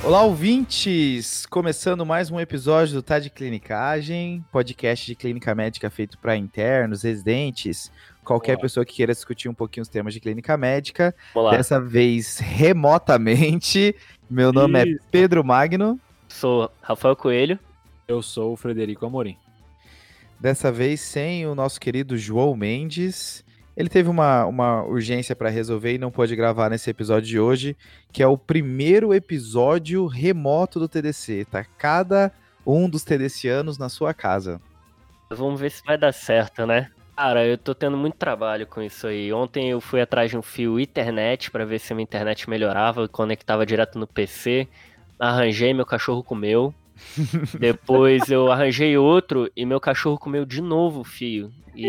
Olá, ouvintes! Começando mais um episódio do Tá de Clinicagem, podcast de clínica médica feito para internos, residentes, qualquer Olá. pessoa que queira discutir um pouquinho os temas de clínica médica. Vamos lá. Dessa vez remotamente. Meu nome é Isso. Pedro Magno. Sou Rafael Coelho. Eu sou o Frederico Amorim. Dessa vez sem o nosso querido João Mendes. Ele teve uma urgência para resolver e não pôde gravar nesse episódio de hoje, que é o primeiro episódio remoto do TDC. Tá cada um dos TDCianos na sua casa. Vamos ver se vai dar certo, né? Cara, eu tô tendo muito trabalho com isso aí. Ontem eu fui atrás de um fio Ethernet pra ver se a minha internet melhorava, conectava direto no PC. Arranjei, meu cachorro comeu. Depois eu arranjei outro e meu cachorro comeu de novo o fio.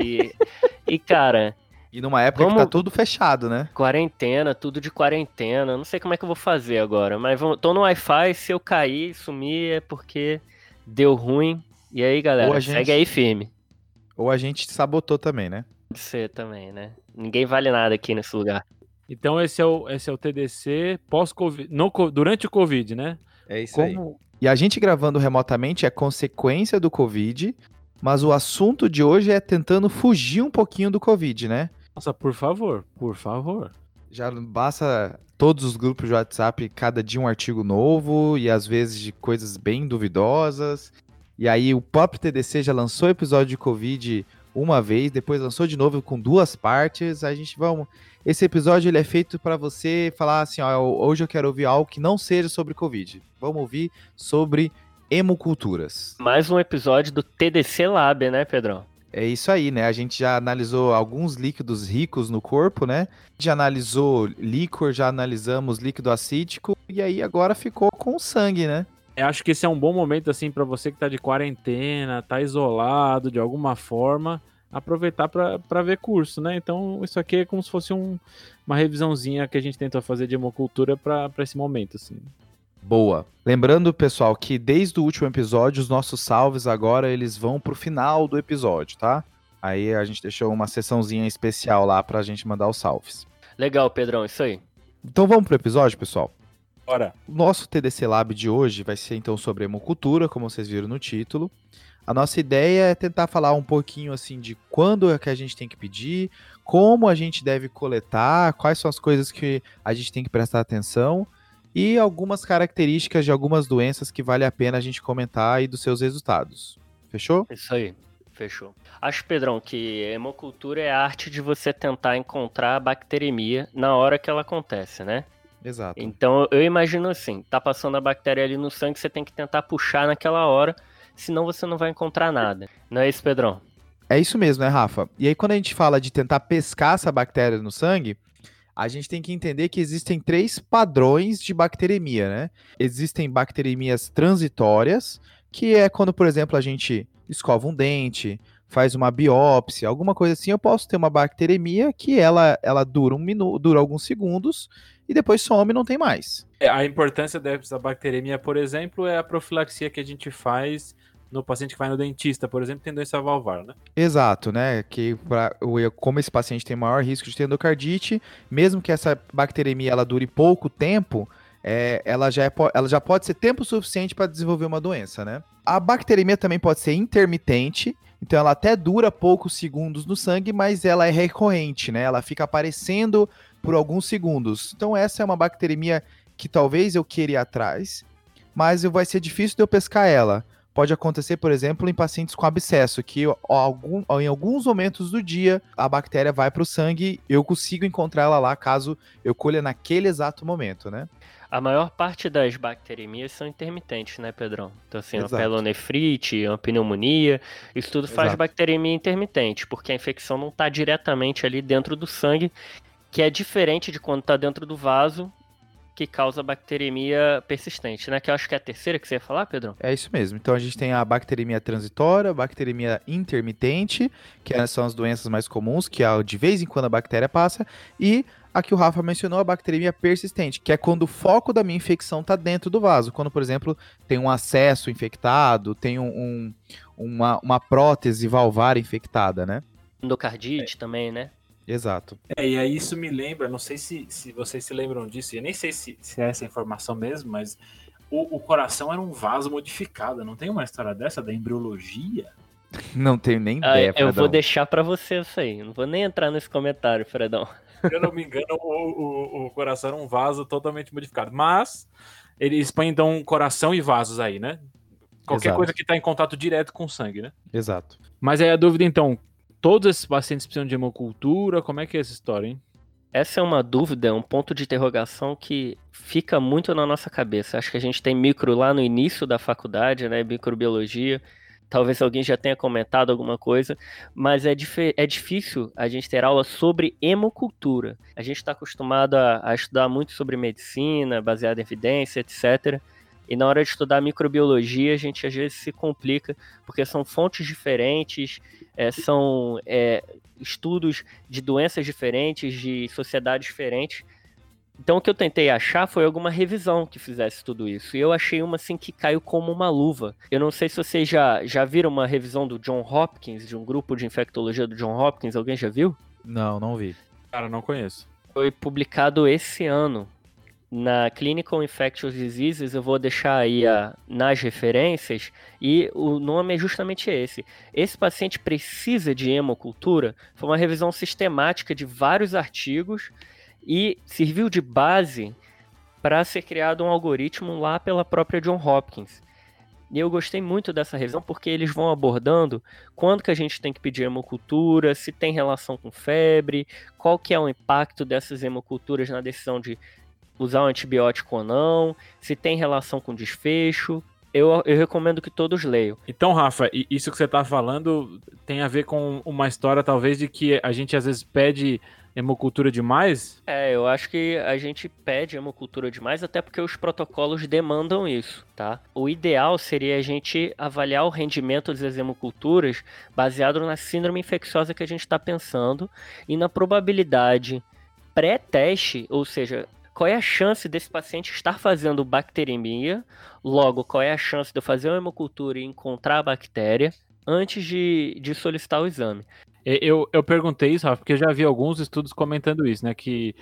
E cara, E numa época que tá tudo fechado, né? quarentena, tudo de quarentena. Não sei como é que eu vou fazer agora, mas tô no Wi-Fi. Se eu cair, sumir, é porque deu ruim. E aí, galera, segue aí firme. Ou a gente sabotou também, né? Pode ser também, né? Ninguém vale nada aqui nesse lugar. Então esse é o TDC pós-Covid, durante o Covid, né? É isso aí. E a gente gravando remotamente é consequência do Covid, mas o assunto de hoje é tentando fugir um pouquinho do Covid, né? Nossa, por favor. Já basta todos os grupos de WhatsApp, cada dia um artigo novo e às vezes de coisas bem duvidosas. E aí o próprio TDC já lançou episódio de Covid uma vez, depois lançou de novo com 2 partes. Esse episódio ele é feito para você falar assim, ó, hoje eu quero ouvir algo que não seja sobre Covid. Vamos ouvir sobre hemoculturas. Mais um episódio do TDC Lab, né, Pedrão? É isso aí, né? A gente já analisou alguns líquidos ricos no corpo, né? Já analisou líquor, já analisamos líquido acídico e aí agora ficou com o sangue, né? Eu acho que esse é um bom momento, assim, pra você que tá de quarentena, tá isolado de alguma forma, aproveitar pra ver curso, né? Então isso aqui é como se fosse uma revisãozinha que a gente tentou fazer de hemocultura pra esse momento, assim. Boa. Lembrando, pessoal, que desde o último episódio, os nossos salves agora, eles vão pro final do episódio, tá? Aí a gente deixou uma sessãozinha especial lá pra gente mandar os salves. Legal, Pedrão, isso aí. Então vamos pro episódio, pessoal? Bora. O nosso TDC Lab de hoje vai ser então sobre hemocultura, como vocês viram no título. A nossa ideia é tentar falar um pouquinho assim de quando é que a gente tem que pedir, como a gente deve coletar, quais são as coisas que a gente tem que prestar atenção e algumas características de algumas doenças que vale a pena a gente comentar e dos seus resultados. Fechou? Isso aí, fechou. Acho, Pedrão, que hemocultura é a arte de você tentar encontrar a bacteremia na hora que ela acontece, né? Exato. Então eu imagino assim, tá passando a bactéria ali no sangue, você tem que tentar puxar naquela hora, senão você não vai encontrar nada. Não é isso, Pedrão? É isso mesmo, né, Rafa? E aí quando a gente fala de tentar pescar essa bactéria no sangue, a gente tem que entender que existem 3 padrões de bacteremia, né? Existem bacteremias transitórias, que é quando, por exemplo, a gente escova um dente, faz uma biópsia, alguma coisa assim. Eu posso ter uma bacteremia que ela dura 1 minuto, dura alguns segundos e depois some e não tem mais. A importância dessa bacteremia, por exemplo, é a profilaxia que a gente faz no paciente que vai no dentista, por exemplo, tem doença valvar, né? Exato, né? Que como esse paciente tem maior risco de ter endocardite, mesmo que essa bacteremia ela dure pouco tempo, ela já pode ser tempo suficiente para desenvolver uma doença, né? A bacteremia também pode ser intermitente, então ela até dura poucos segundos no sangue, mas ela é recorrente, né? Ela fica aparecendo por alguns segundos. Então essa é uma bacteremia que talvez eu queira ir atrás, mas vai ser difícil de eu pescar ela. Pode acontecer, por exemplo, em pacientes com abscesso, que em alguns momentos do dia a bactéria vai para o sangue, eu consigo encontrar ela lá caso eu colha naquele exato momento, né? A maior parte das bacteremias são intermitentes, né, Pedrão? Então, assim, uma Exato. pelonefrite, uma pneumonia, isso tudo faz Exato. bacteremia intermitente, porque a infecção não está diretamente ali dentro do sangue, que é diferente de quando está dentro do vaso, que causa bacteremia persistente, né? Que eu acho que é a terceira que você ia falar, Pedrão? É isso mesmo. Então a gente tem a bacteremia transitória, bacteremia intermitente, que são as doenças mais comuns, que de vez em quando a bactéria passa, e a que o Rafa mencionou, a bacteremia persistente, que é quando o foco da minha infecção está dentro do vaso. Quando, por exemplo, tem um acesso infectado, tem uma prótese valvar infectada, né? Endocardite também, né? Exato. E aí isso me lembra, não sei se vocês se lembram disso, eu nem sei se é essa informação mesmo, mas o coração era um vaso modificado. Não tem uma história dessa da embriologia? Não tenho nem ideia, Eu vou Fredão. deixar pra você isso aí. Não vou nem entrar nesse comentário, Fredão. Se eu não me engano, o coração era um vaso totalmente modificado. Mas eles põem então coração e vasos aí, né? Qualquer Exato. coisa que está em contato direto com o sangue, né? Exato. Mas aí a dúvida, então, todos esses pacientes precisam de hemocultura? Como é que é essa história, hein? Essa é uma dúvida, um ponto de interrogação que fica muito na nossa cabeça. Acho que a gente tem micro lá no início da faculdade, né? Microbiologia. Talvez alguém já tenha comentado alguma coisa, mas é difícil a gente ter aula sobre hemocultura. A gente está acostumado a estudar muito sobre medicina, baseada em evidência, etc. E na hora de estudar microbiologia, a gente às vezes se complica, porque são fontes diferentes, são estudos de doenças diferentes, de sociedades diferentes. Então o que eu tentei achar foi alguma revisão que fizesse tudo isso. E eu achei uma assim que caiu como uma luva. Eu não sei se vocês já viram uma revisão do John Hopkins, de um grupo de infectologia do John Hopkins. Alguém já viu? Não vi. Cara, não conheço. Foi publicado esse ano na Clinical Infectious Diseases. Eu vou deixar aí nas referências. E o nome é justamente esse. Esse paciente precisa de hemocultura. Foi uma revisão sistemática de vários artigos e serviu de base para ser criado um algoritmo lá pela própria John Hopkins. E eu gostei muito dessa revisão porque eles vão abordando quando que a gente tem que pedir hemocultura, se tem relação com febre, qual que é o impacto dessas hemoculturas na decisão de usar um antibiótico ou não, se tem relação com desfecho. Eu recomendo que todos leiam. Então, Rafa, isso que você tá falando tem a ver com uma história, talvez, de que a gente às vezes pede hemocultura demais? Eu acho que a gente pede hemocultura demais, até porque os protocolos demandam isso, tá? O ideal seria a gente avaliar o rendimento das hemoculturas baseado na síndrome infecciosa que a gente está pensando e na probabilidade pré-teste, ou seja, qual é a chance desse paciente estar fazendo bacteremia, logo, qual é a chance de eu fazer uma hemocultura e encontrar a bactéria antes de solicitar o exame. Eu perguntei isso, Rafa, porque eu já vi alguns estudos comentando isso, né? Que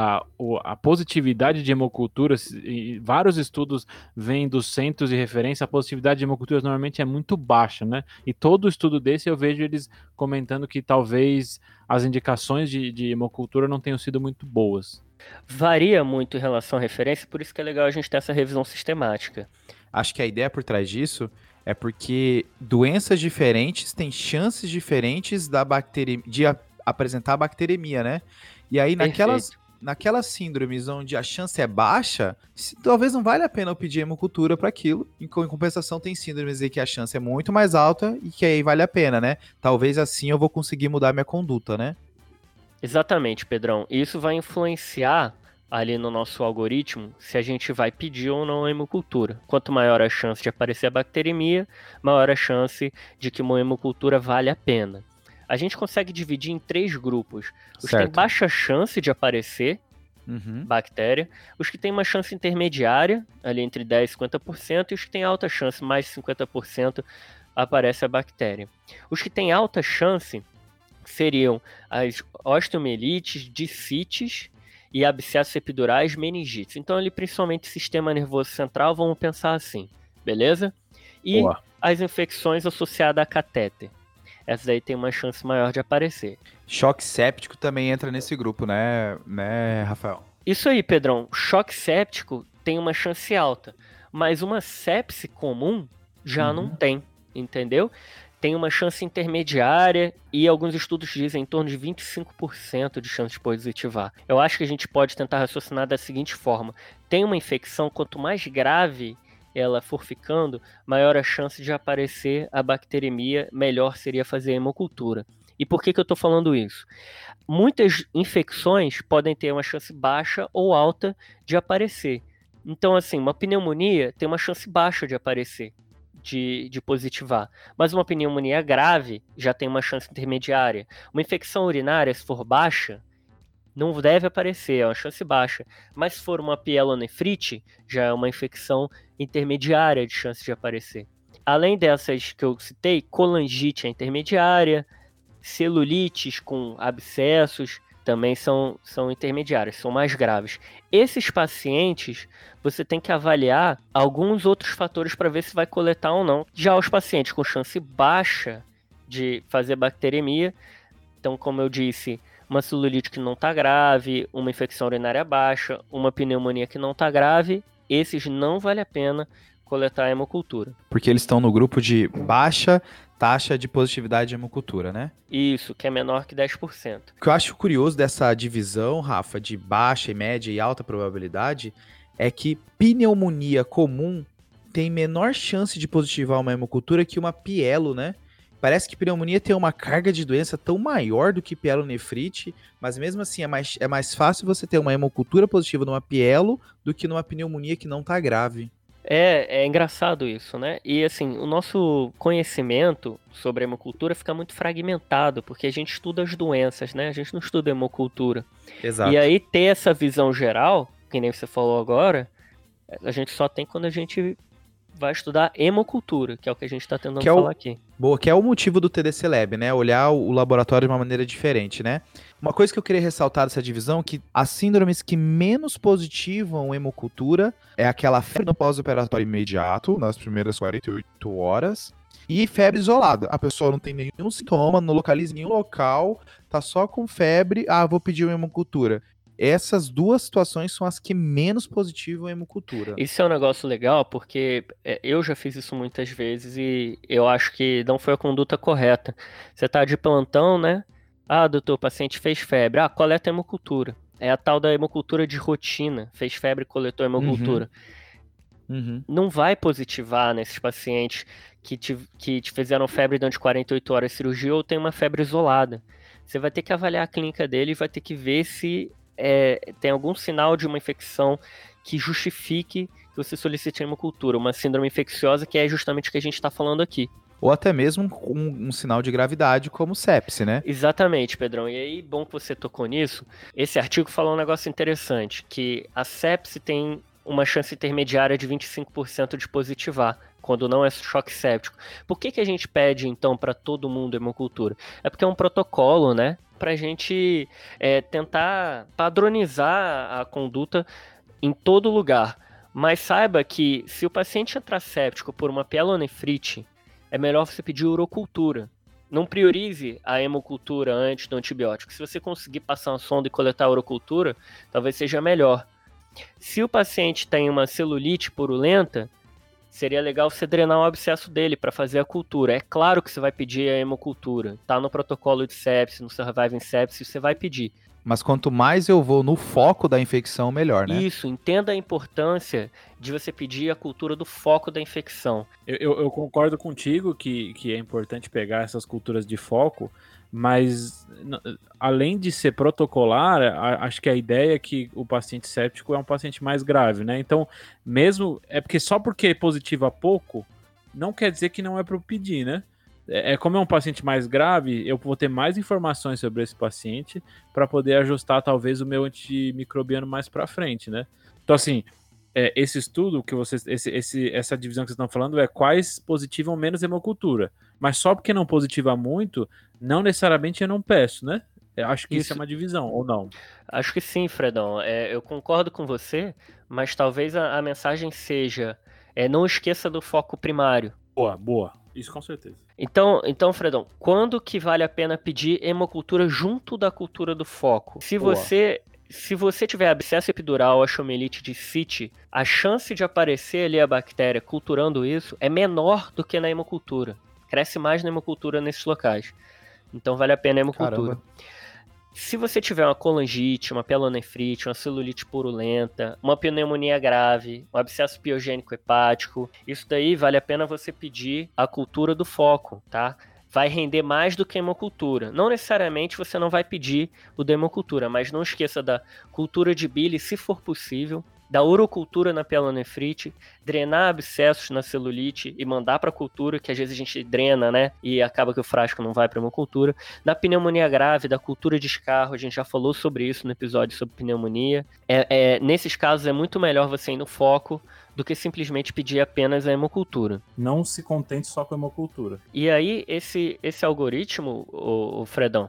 a positividade de hemoculturas, e vários estudos vêm dos centros de referência, a positividade de hemoculturas normalmente é muito baixa, né? E todo estudo desse eu vejo eles comentando que talvez as indicações de hemocultura não tenham sido muito boas. Varia muito em relação à referência, por isso que é legal a gente ter essa revisão sistemática. Acho que a ideia por trás disso é porque doenças diferentes têm chances diferentes de apresentar bacteremia, né? E aí, naquelas síndromes onde a chance é baixa, talvez não valha a pena eu pedir hemocultura para aquilo. Em compensação, tem síndromes aí que a chance é muito mais alta e que aí vale a pena, né? Talvez assim eu vou conseguir mudar minha conduta, né? Exatamente, Pedrão. Isso vai influenciar ali no nosso algoritmo se a gente vai pedir ou não a hemocultura. Quanto maior a chance de aparecer a bacteremia, maior a chance de que uma hemocultura vale a pena. A gente consegue dividir em 3 grupos. Os que têm baixa chance de aparecer bactéria, os que têm uma chance intermediária, ali entre 10% e 50%, e os que têm alta chance, mais de 50%, aparece a bactéria. Os que têm alta chance seriam as osteomielites, discites e abscessos epidurais, meningites. Então, ali, principalmente sistema nervoso central, vamos pensar assim, beleza? E as infecções associadas a catéter. Essas aí tem uma chance maior de aparecer. Choque séptico também entra nesse grupo, né, Rafael? Isso aí, Pedrão. Choque séptico tem uma chance alta, mas uma sepse comum já não tem, entendeu? Tem uma chance intermediária e alguns estudos dizem em torno de 25% de chance de positivar. Eu acho que a gente pode tentar raciocinar da seguinte forma. Tem uma infecção, quanto mais grave ela for ficando, maior a chance de aparecer a bacteremia, melhor seria fazer a hemocultura. E por que eu estou falando isso? Muitas infecções podem ter uma chance baixa ou alta de aparecer. Então, assim, uma pneumonia tem uma chance baixa de aparecer. De positivar. Mas uma pneumonia grave já tem uma chance intermediária. Uma infecção urinária, se for baixa, não deve aparecer, é uma chance baixa. Mas se for uma pielonefrite, já é uma infecção intermediária de chance de aparecer. Além dessas que eu citei, colangite é intermediária, celulites com abscessos também são intermediárias, são mais graves. Esses pacientes, você tem que avaliar alguns outros fatores para ver se vai coletar ou não. Já os pacientes com chance baixa de fazer bacteremia, então, como eu disse, uma celulite que não está grave, uma infecção urinária baixa, uma pneumonia que não está grave, esses não vale a pena coletar a hemocultura. Porque eles estão no grupo de baixa taxa de positividade de hemocultura, né? Isso, que é menor que 10%. O que eu acho curioso dessa divisão, Rafa, de baixa e média e alta probabilidade, é que pneumonia comum tem menor chance de positivar uma hemocultura que uma pielo, né? Parece que pneumonia tem uma carga de doença tão maior do que pielonefrite, mas mesmo assim é mais fácil você ter uma hemocultura positiva numa pielo do que numa pneumonia que não tá grave. É engraçado isso, né? E assim, o nosso conhecimento sobre a hemocultura fica muito fragmentado, porque a gente estuda as doenças, né? A gente não estuda a hemocultura. Exato. E aí ter essa visão geral, que nem você falou agora, a gente só tem quando a gente vai estudar hemocultura, que é o que a gente está tentando falar aqui. Boa, que é o motivo do TDC Lab, né? Olhar o laboratório de uma maneira diferente, né? Uma coisa que eu queria ressaltar dessa divisão é que as síndromes que menos positivam hemocultura é aquela febre no pós-operatório imediato, nas primeiras 48 horas, e febre isolada. A pessoa não tem nenhum sintoma, não localiza nenhum local, tá só com febre, vou pedir uma hemocultura. Essas duas situações são as que menos positivam a hemocultura. Isso é um negócio legal, porque eu já fiz isso muitas vezes e eu acho que não foi a conduta correta. Você tá de plantão, né? Doutor, o paciente fez febre. Coleta hemocultura. É a tal da hemocultura de rotina. Fez febre, coletou hemocultura. Uhum. Não vai positivar nesses pacientes que te fizeram febre durante 48 horas de cirurgia ou tem uma febre isolada. Você vai ter que avaliar a clínica dele e vai ter que ver se tem algum sinal de uma infecção que justifique que você solicite a hemocultura, uma síndrome infecciosa, que é justamente o que a gente está falando aqui. Ou até mesmo um sinal de gravidade, como sepse, né? Exatamente, Pedrão. E aí, bom que você tocou nisso. Esse artigo fala um negócio interessante, que a sepse tem uma chance intermediária de 25% de positivar, quando não é choque séptico. Por que a gente pede, então, para todo mundo hemocultura? É porque é um protocolo, né? Pra gente tentar padronizar a conduta em todo lugar. Mas saiba que se o paciente entrar séptico por uma pielonefrite, é melhor você pedir urocultura. Não priorize a hemocultura antes do antibiótico. Se você conseguir passar uma sonda e coletar a urocultura, talvez seja melhor. Se o paciente tem uma celulite purulenta, seria legal você drenar o abscesso dele para fazer a cultura. É claro que você vai pedir a hemocultura. Tá no protocolo de sepse, no Surviving Sepsis, você vai pedir. Mas quanto mais eu vou no foco da infecção, melhor, né? Isso, entenda a importância de você pedir a cultura do foco da infecção. Eu concordo contigo que é importante pegar essas culturas de foco, mas além de ser protocolar, acho que a ideia é que o paciente séptico é um paciente mais grave, né? Então, mesmo... É porque só porque é positivo a pouco, não quer dizer que não é para pedir, né? Como é um paciente mais grave, eu vou ter mais informações sobre esse paciente para poder ajustar talvez o meu antimicrobiano mais para frente, né? Então, assim, esse estudo que vocês, essa divisão que vocês estão falando é quais positivam menos hemocultura. Mas só porque não positiva muito, não necessariamente eu não peço, né? Eu acho que isso é uma divisão, ou não? Acho que sim, Fredão. Eu concordo com você, mas talvez a mensagem seja não esqueça do foco primário. Boa. Isso com certeza. Então, Fredão, quando que vale a pena pedir hemocultura junto da cultura do foco? Se você tiver abscesso epidural ou achomilite de Citi, a chance de aparecer ali a bactéria culturando isso é menor do que na hemocultura. Cresce mais na hemocultura nesses locais. Então vale a pena a hemocultura. Caramba. Se você tiver uma colangite, uma pielonefrite, uma celulite purulenta, uma pneumonia grave, um abscesso piogênico hepático, isso daí vale a pena você pedir a cultura do foco, tá? Vai render mais do que a hemocultura. Não necessariamente você não vai pedir o da hemocultura, mas não esqueça da cultura de bile, se for possível, da urocultura na pielonefrite, drenar abscessos na celulite e mandar para a cultura, que às vezes a gente drena, né? E acaba que o frasco não vai para a hemocultura. Na pneumonia grave, da cultura de escarro, a gente já falou sobre isso no episódio sobre pneumonia. Nesses casos é muito melhor você ir no foco do que simplesmente pedir apenas a hemocultura. Não se contente só com a hemocultura. E aí, esse algoritmo, o Fredão,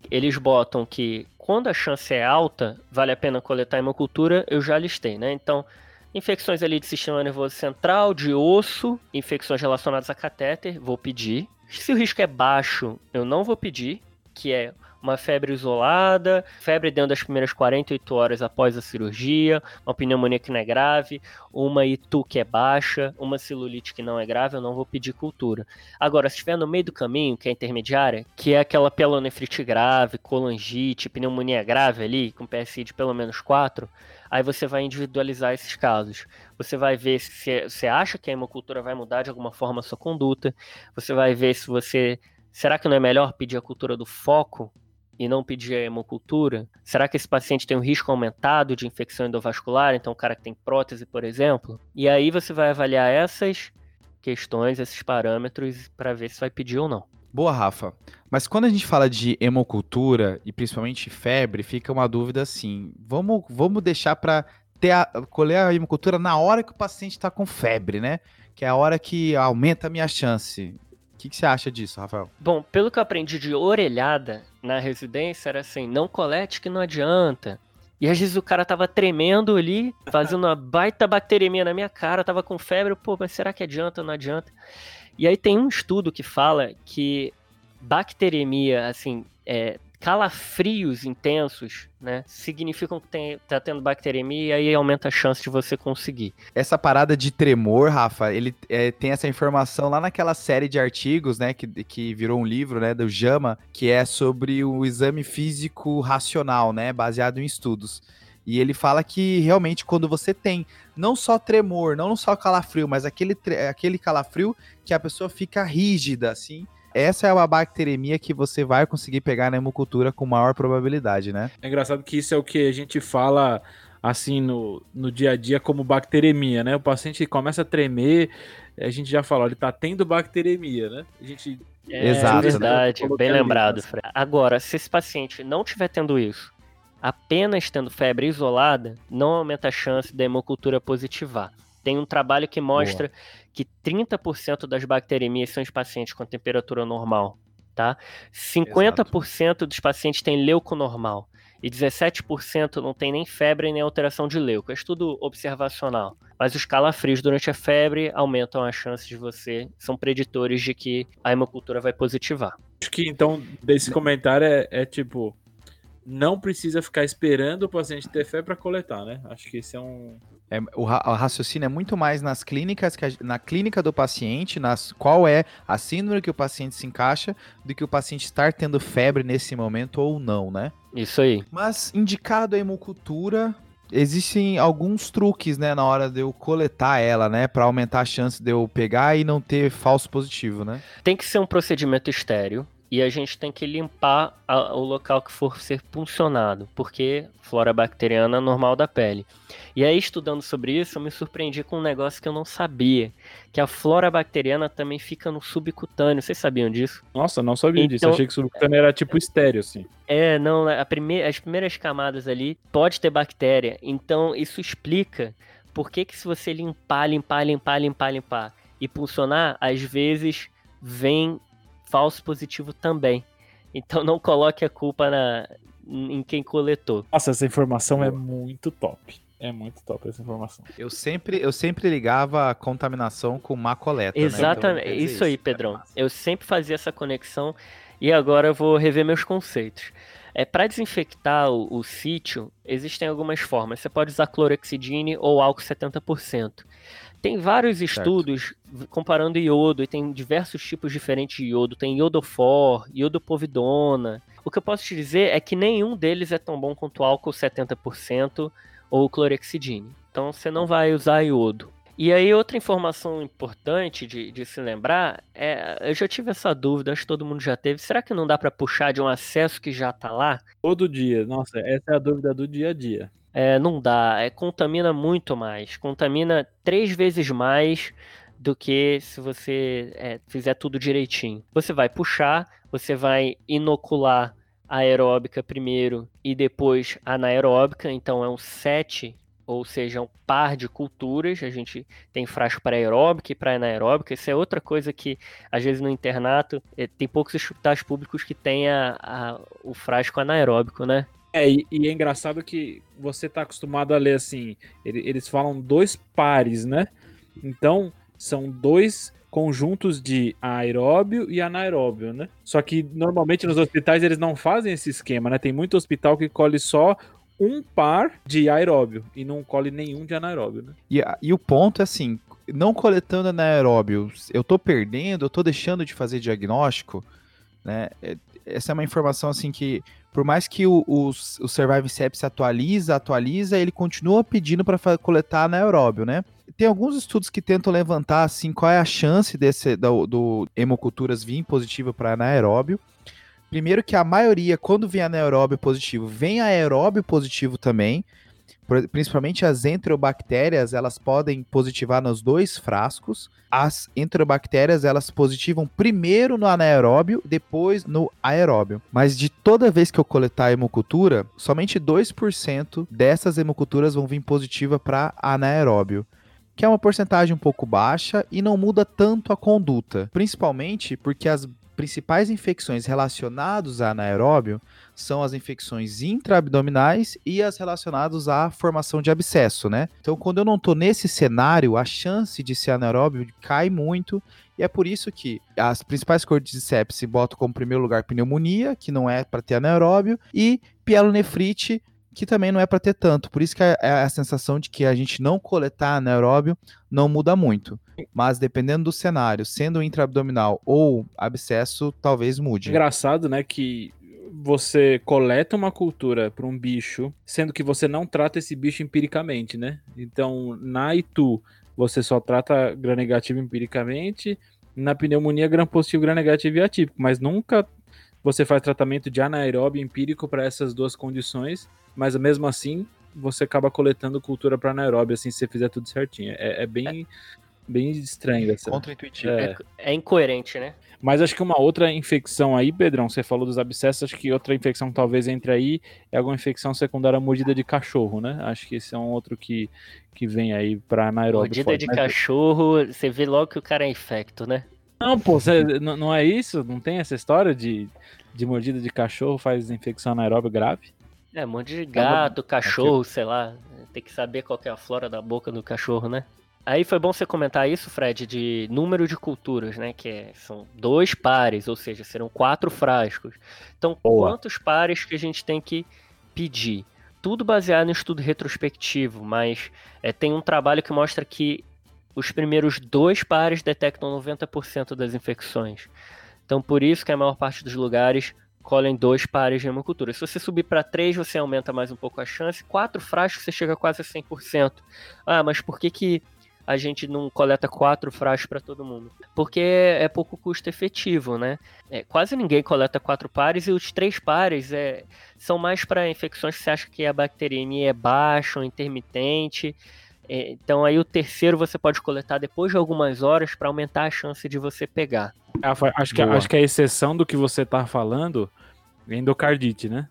eles botam que quando a chance é alta, vale a pena coletar hemocultura, eu já listei, né? Então, infecções ali de sistema nervoso central, de osso, infecções relacionadas a catéter, vou pedir. Se o risco é baixo, eu não vou pedir, que é uma febre isolada, febre dentro das primeiras 48 horas após a cirurgia, uma pneumonia que não é grave, uma ITU que é baixa, uma celulite que não é grave, eu não vou pedir cultura. Agora, se estiver no meio do caminho, que é intermediária, que é aquela pielonefrite grave, colangite, pneumonia grave ali, com PSI de pelo menos 4, aí você vai individualizar esses casos. Você vai ver se você acha que a hemocultura vai mudar de alguma forma a sua conduta, você vai ver se você... Será que não é melhor pedir a cultura do foco e não pedir a hemocultura? Será que esse paciente tem um risco aumentado de infecção endovascular? Então, o cara que tem prótese, por exemplo. E aí você vai avaliar essas questões, esses parâmetros, para ver se vai pedir ou não. Boa, Rafa. Mas quando a gente fala de hemocultura e principalmente febre, fica uma dúvida assim. Vamos deixar para colher a hemocultura na hora que o paciente está com febre, né? Que é a hora que aumenta a minha chance. O que você acha disso, Rafael? Bom, pelo que eu aprendi de orelhada na residência, era assim, não colete que não adianta. E às vezes o cara tava tremendo ali, fazendo uma baita bacteremia na minha cara, tava com febre, pô, mas será que adianta ou não adianta? E aí tem um estudo que fala que bacteremia, assim, calafrios intensos, né, significam que tá tendo bacteremia e aí aumenta a chance de você conseguir. Essa parada de tremor, Rafa, ele tem essa informação lá naquela série de artigos, né, que virou um livro, né, do JAMA, que é sobre o exame físico racional, né, baseado em estudos. E ele fala que realmente quando você tem não só tremor, não só calafrio, mas aquele calafrio que a pessoa fica rígida, assim, essa é uma bacteremia que você vai conseguir pegar na hemocultura com maior probabilidade, né? É engraçado que isso é o que a gente fala assim no dia a dia como bacteremia, né? O paciente começa a tremer, a gente já falou, ele tá tendo bacteremia, né? A gente... Exato, verdade, né? bem lembrado, Fred. Agora, se esse paciente não estiver tendo isso, apenas tendo febre isolada, não aumenta a chance da hemocultura positivar. Tem um trabalho que mostra que 30% das bacteremias são em pacientes com temperatura normal, tá? 50% dos pacientes têm leuco normal e 17% não tem nem febre nem alteração de leuco. É estudo observacional. Mas os calafrios durante a febre aumentam as chances de você, são preditores de que a hemocultura vai positivar. Acho que então, desse comentário é tipo, não precisa ficar esperando o paciente ter febre para coletar, né? Acho que esse é um... O raciocínio é muito mais nas clínicas, na clínica do paciente, qual é a síndrome que o paciente se encaixa, do que o paciente estar tendo febre nesse momento ou não, né? Isso aí. Mas, indicado a hemocultura, existem alguns truques, né, na hora de eu coletar ela, né, para aumentar a chance de eu pegar e não ter falso positivo, né? Tem que ser um procedimento estéril. E a gente tem que limpar o local que for ser puncionado, porque flora bacteriana é normal da pele. E aí, estudando sobre isso, eu me surpreendi com um negócio que eu não sabia, que a flora bacteriana também fica no subcutâneo. Vocês sabiam disso? Nossa, não sabia disso. Achei que o subcutâneo era tipo estéreo, assim. Não, as primeiras camadas ali pode ter bactéria. Então, isso explica por que se você limpar e puncionar, às vezes vem falso positivo também. Então não coloque a culpa em quem coletou. Nossa, essa informação é muito top. É muito top essa informação. Eu sempre ligava a contaminação com má coleta. Exatamente, né? Então, isso aí, Pedrão. Eu sempre fazia essa conexão e agora eu vou rever meus conceitos. Para desinfectar o sítio, existem algumas formas. Você pode usar clorexidine ou álcool 70%. Tem vários estudos comparando iodo, e tem diversos tipos diferentes de iodo. Tem iodofor, iodopovidona. O que eu posso te dizer é que nenhum deles é tão bom quanto o álcool 70% ou o clorexidine. Então você não vai usar iodo. E aí outra informação importante de se lembrar, eu já tive essa dúvida, acho que todo mundo já teve. Será que não dá para puxar de um acesso que já tá lá? Todo dia, nossa, essa é a dúvida do dia a dia. Não dá, contamina muito mais, contamina 3 vezes mais do que se você fizer tudo direitinho. Você vai puxar, você vai inocular a aeróbica primeiro e depois a anaeróbica, então é um set ou seja, um par de culturas. A gente tem frasco para aeróbica e para anaeróbica. Isso é outra coisa que, às vezes, no internato, tem poucos hospitais públicos que tem o frasco anaeróbico, né? E é engraçado que você tá acostumado a ler assim, eles falam 2 pares, né? Então, são 2 conjuntos de aeróbio e anaeróbio, né? Só que normalmente nos hospitais eles não fazem esse esquema, né? Tem muito hospital que colhe só um par de aeróbio e não colhe nenhum de anaeróbio, né? E o ponto é assim, não coletando anaeróbio, eu tô perdendo, eu tô deixando de fazer diagnóstico, né? Essa é uma informação assim que, por mais que o Survive Sepsis atualiza, ele continua pedindo para coletar anaeróbio, né? Tem alguns estudos que tentam levantar assim qual é a chance do hemoculturas vir positivo para anaeróbio. Primeiro que a maioria, quando vem anaeróbio positivo, vem aeróbio positivo também. Principalmente as enterobactérias, elas podem positivar nos 2 frascos. As enterobactérias, elas positivam primeiro no anaeróbio, depois no aeróbio. Mas de toda vez que eu coletar a hemocultura, somente 2% dessas hemoculturas vão vir positiva para anaeróbio, que é uma porcentagem um pouco baixa e não muda tanto a conduta. Principalmente porque as principais infecções relacionadas a anaeróbio são as infecções intraabdominais e as relacionadas à formação de abscesso, né? Então, quando eu não estou nesse cenário, a chance de ser anaeróbio cai muito, e é por isso que as principais cortes de sepse botam como primeiro lugar pneumonia, que não é para ter anaeróbio, e pielonefrite, que também não é para ter tanto. Por isso que a sensação de que a gente não coletar anaeróbio não muda muito. Mas dependendo do cenário, sendo intraabdominal ou abscesso, talvez mude. Engraçado, né, que você coleta uma cultura para um bicho, sendo que você não trata esse bicho empiricamente, né? Então, na ITU, você só trata gram-negativo empiricamente, na pneumonia, gram-positivo, gram-negativo e atípico, mas nunca você faz tratamento de anaeróbio empírico para essas 2 condições, mas mesmo assim, você acaba coletando cultura para anaeróbio, assim, se você fizer tudo certinho. É bem estranho. Contra-intuitivo. É incoerente, né? Mas acho que uma outra infecção aí, Pedrão, você falou dos abscessos, acho que outra infecção que talvez entre aí é alguma infecção secundária mordida de cachorro, né? Acho que esse é um outro que vem aí pra anaeróbio. Mordida de cachorro, você vê logo que o cara é infecto, né? Não, pô, não é isso? Não tem essa história de mordida de cachorro faz infecção anaeróbio grave? Mordida de gato, cachorro, sei lá. Tem que saber qual que é a flora da boca do cachorro, né? Aí foi bom você comentar isso, Fred, de número de culturas, né? Que são 2 pares, ou seja, serão 4 frascos. Então, quantos pares que a gente tem que pedir? Tudo baseado em estudo retrospectivo, mas tem um trabalho que mostra que os primeiros 2 pares detectam 90% das infecções. Então, por isso que a maior parte dos lugares colhem 2 pares de hemocultura. Se você subir para 3, você aumenta mais um pouco a chance. 4 frascos, você chega quase a 100%. Ah, mas por que a gente não coleta 4 frascos para todo mundo? Porque é pouco custo efetivo, né? Quase ninguém coleta 4 pares, e os 3 pares são mais para infecções que você acha que a bacteriemia é baixa ou intermitente. Então aí o terceiro você pode coletar depois de algumas horas para aumentar a chance de você pegar. Acho que a exceção do que você tá falando é endocardite, né?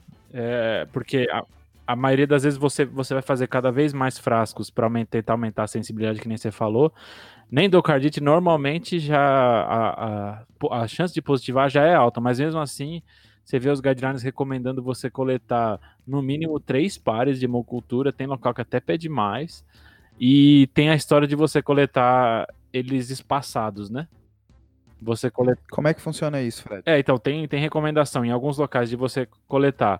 Porque a maioria das vezes você vai fazer cada vez mais frascos para tentar aumentar a sensibilidade, que nem você falou. Na endocardite, normalmente já a chance de positivar já é alta, mas mesmo assim, você vê os guidelines recomendando você coletar no mínimo 3 pares de hemocultura, tem local que até pede mais, e tem a história de você coletar eles espaçados, né? Como é que funciona isso, Fred? Então tem recomendação em alguns locais de você coletar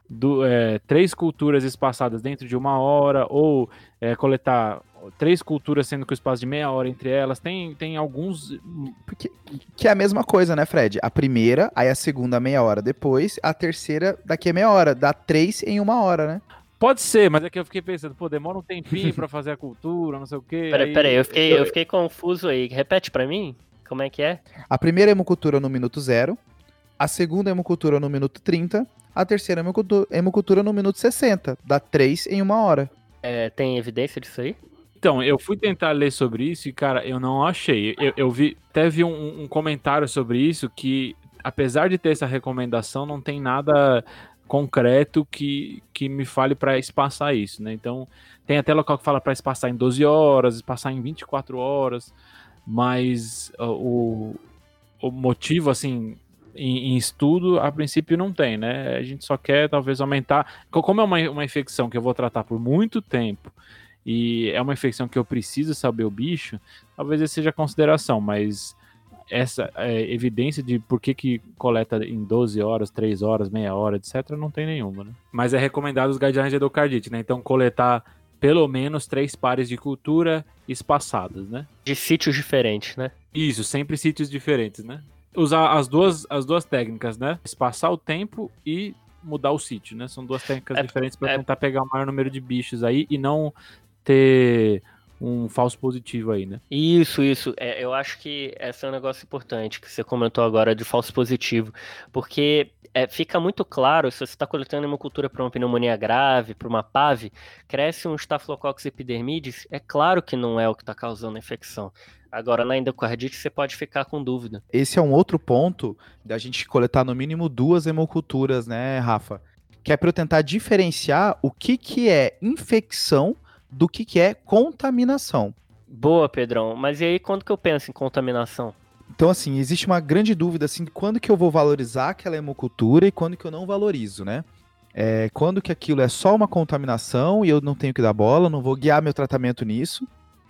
3 culturas espaçadas dentro de 1 hora, ou coletar 3 culturas sendo com espaço de meia hora entre elas. Tem alguns... Que é a mesma coisa, né, Fred? A primeira, aí a segunda meia hora depois, a terceira daqui a meia hora. Dá 3 em 1 hora, né? Pode ser, mas é que eu fiquei pensando, demora um tempinho pra fazer a cultura, não sei o quê. Peraí, eu fiquei confuso aí. Repete pra mim? Como é que é? A primeira hemocultura no minuto 0, a segunda hemocultura no minuto 30, a terceira hemocultura no minuto 60. Dá 3 em 1 hora. Tem evidência disso aí? Então, eu fui tentar ler sobre isso e, cara, eu não achei. Eu vi, até vi um comentário sobre isso que, apesar de ter essa recomendação, não tem nada concreto que me fale para espaçar isso, né? Então, tem até local que fala para espaçar em 12 horas, espaçar em 24 horas, mas o motivo, assim, em estudo, a princípio não tem, né? A gente só quer, talvez, aumentar. Como é uma infecção que eu vou tratar por muito tempo e é uma infecção que eu preciso saber o bicho, talvez essa seja a consideração, mas essa evidência de por que coleta em 12 horas, 3 horas, meia hora, etc., não tem nenhuma, né? Mas é recomendado os guidelines de endocardite, né? Então, coletar pelo menos 3 pares de cultura espaçadas, né? De sítios diferentes, né? Isso, sempre sítios diferentes, né? Usar as duas técnicas, né? Espaçar o tempo e mudar o sítio, né? São 2 técnicas diferentes para tentar pegar o maior número de bichos aí e não ter um falso positivo aí, né? Isso. Eu acho que esse é um negócio importante que você comentou agora de falso positivo, porque fica muito claro, se você está coletando hemocultura para uma pneumonia grave, para uma PAV, cresce um Staphylococcus epidermidis, é claro que não é o que está causando a infecção. Agora, na endocardite, você pode ficar com dúvida. Esse é um outro ponto da gente coletar no mínimo 2 hemoculturas, né, Rafa? Que é para eu tentar diferenciar o que é infecção do que é contaminação. Boa, Pedrão. Mas e aí, quando que eu penso em contaminação? Então, assim, existe uma grande dúvida, assim, de quando que eu vou valorizar aquela hemocultura e quando que eu não valorizo, né? Quando que aquilo é só uma contaminação e eu não tenho que dar bola, não vou guiar meu tratamento nisso,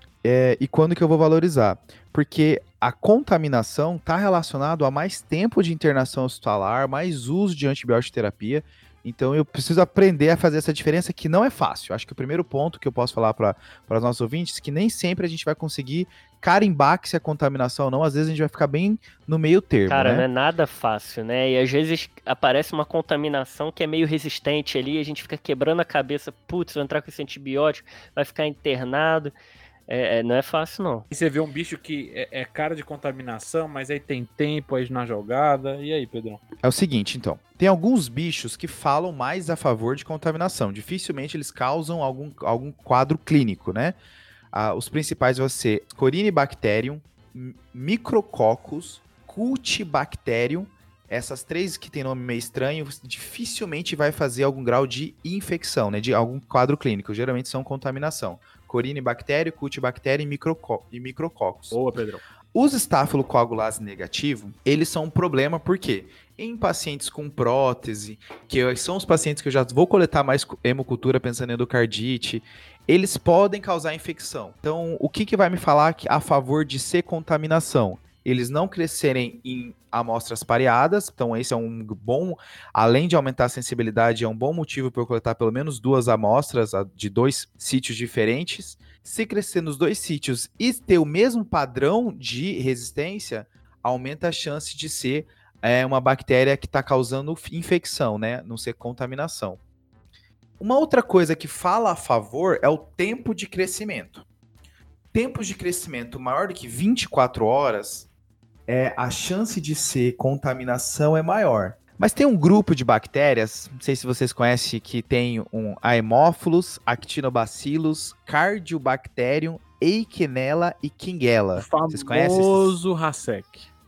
e quando que eu vou valorizar. Porque a contaminação está relacionado a mais tempo de internação hospitalar, mais uso de antibiótico terapia. Então eu preciso aprender a fazer essa diferença que não é fácil. Acho que o primeiro ponto que eu posso falar para os nossos ouvintes é que nem sempre a gente vai conseguir carimbar que se é contaminação ou não. Às vezes a gente vai ficar bem no meio termo, Cara, né? não é nada fácil, né? E às vezes aparece uma contaminação que é meio resistente ali, a gente fica quebrando a cabeça, putz, vou entrar com esse antibiótico, vai ficar internado. Não é fácil, não. E você vê um bicho que é cara de contaminação, mas aí tem tempo aí na jogada. E aí, Pedrão? É o seguinte, então. Tem alguns bichos que falam mais a favor de contaminação. Dificilmente eles causam algum quadro clínico, né? Os principais vão ser Corynebacterium, Micrococcus, Cultibacterium. Essas 3 que tem nome meio estranho, dificilmente vai fazer algum grau de infecção, né? De algum quadro clínico. Geralmente são contaminação. Corynebacterium, Cultibacterium e Micrococcus. Boa, Pedrão. Os estafilocoagulase negativo, eles são um problema porque em pacientes com prótese, que são os pacientes que eu já vou coletar mais hemocultura pensando em endocardite, eles podem causar infecção. Então, o que vai me falar a favor de ser contaminação? Eles não crescerem em amostras pareadas, então esse é um bom, além de aumentar a sensibilidade, é um bom motivo para eu coletar pelo menos 2 amostras de 2 sítios diferentes. Se crescer nos 2 sítios e ter o mesmo padrão de resistência, aumenta a chance de ser uma bactéria que está causando infecção, né? Não ser contaminação. Uma outra coisa que fala a favor é o tempo de crescimento. Tempos de crescimento maior do que 24 horas, a chance de ser contaminação é maior. Mas tem um grupo de bactérias, não sei se vocês conhecem, que tem um Haemophilus, Actinobacillus, Cardiobacterium, Eikenella e Kingella. Vocês conhecem? Famoso Hasek.